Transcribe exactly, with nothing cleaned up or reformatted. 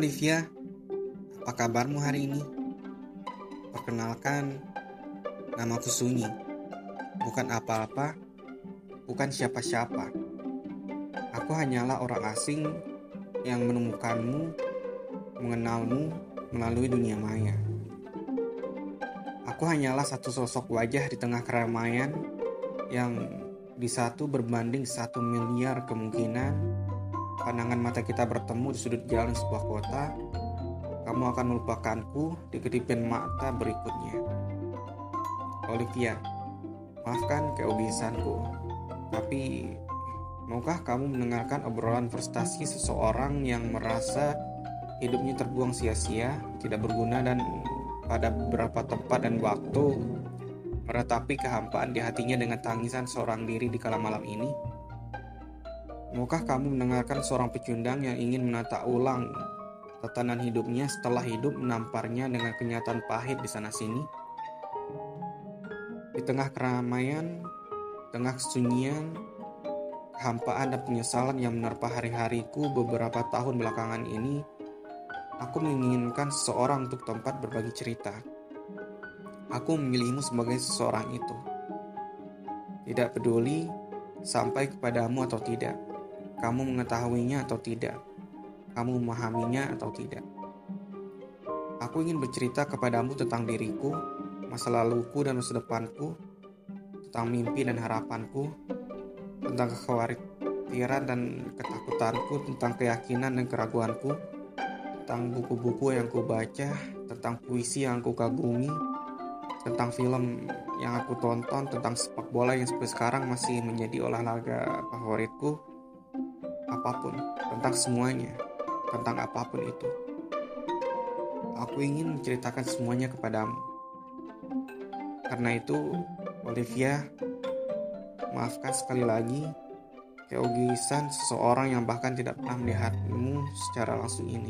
Olivia, apa kabarmu hari ini? Perkenalkan, namaku Sunyi. Bukan apa-apa, bukan siapa-siapa. Aku hanyalah orang asing yang menemukanmu, mengenalmu melalui dunia maya. Aku hanyalah satu sosok wajah di tengah keramaian yang di satu berbanding satu miliar kemungkinan pandangan mata kita bertemu di sudut jalan sebuah kota. Kamu akan melupakanku di kedipin mata berikutnya. Olivia, maafkan keegoisanku, tapi maukah kamu mendengarkan obrolan frustasi seseorang yang merasa hidupnya terbuang sia-sia, tidak berguna, dan pada beberapa tempat dan waktu meratapi kehampaan di hatinya dengan tangisan seorang diri di kala malam ini? Maukah kamu mendengarkan seorang pecundang yang ingin menata ulang tatanan hidupnya setelah hidup menamparnya dengan kenyataan pahit di sana-sini? Di tengah keramaian, tengah kesunyian, kehampaan dan penyesalan yang menerpa hari-hariku beberapa tahun belakangan ini, aku menginginkan seseorang untuk tempat berbagi cerita. Aku memilihmu sebagai seseorang itu. Tidak peduli sampai kepadamu atau tidak, kamu mengetahuinya atau tidak, kamu memahaminya atau tidak. Aku ingin bercerita kepadamu tentang diriku, masa laluku dan masa depanku, tentang mimpi dan harapanku, tentang kekhawatiran dan ketakutanku, tentang keyakinan dan keraguanku, tentang buku-buku yang ku baca, tentang puisi yang aku kagumi, tentang film yang aku tonton, tentang sepak bola yang sampai sekarang masih menjadi olahraga favoritku, apapun, tentang semuanya, tentang apapun itu. Aku ingin menceritakan semuanya kepadamu. Karena itu, Olivia, maafkan sekali lagi keegoisan seseorang yang bahkan tidak pernah melihatmu secara langsung ini.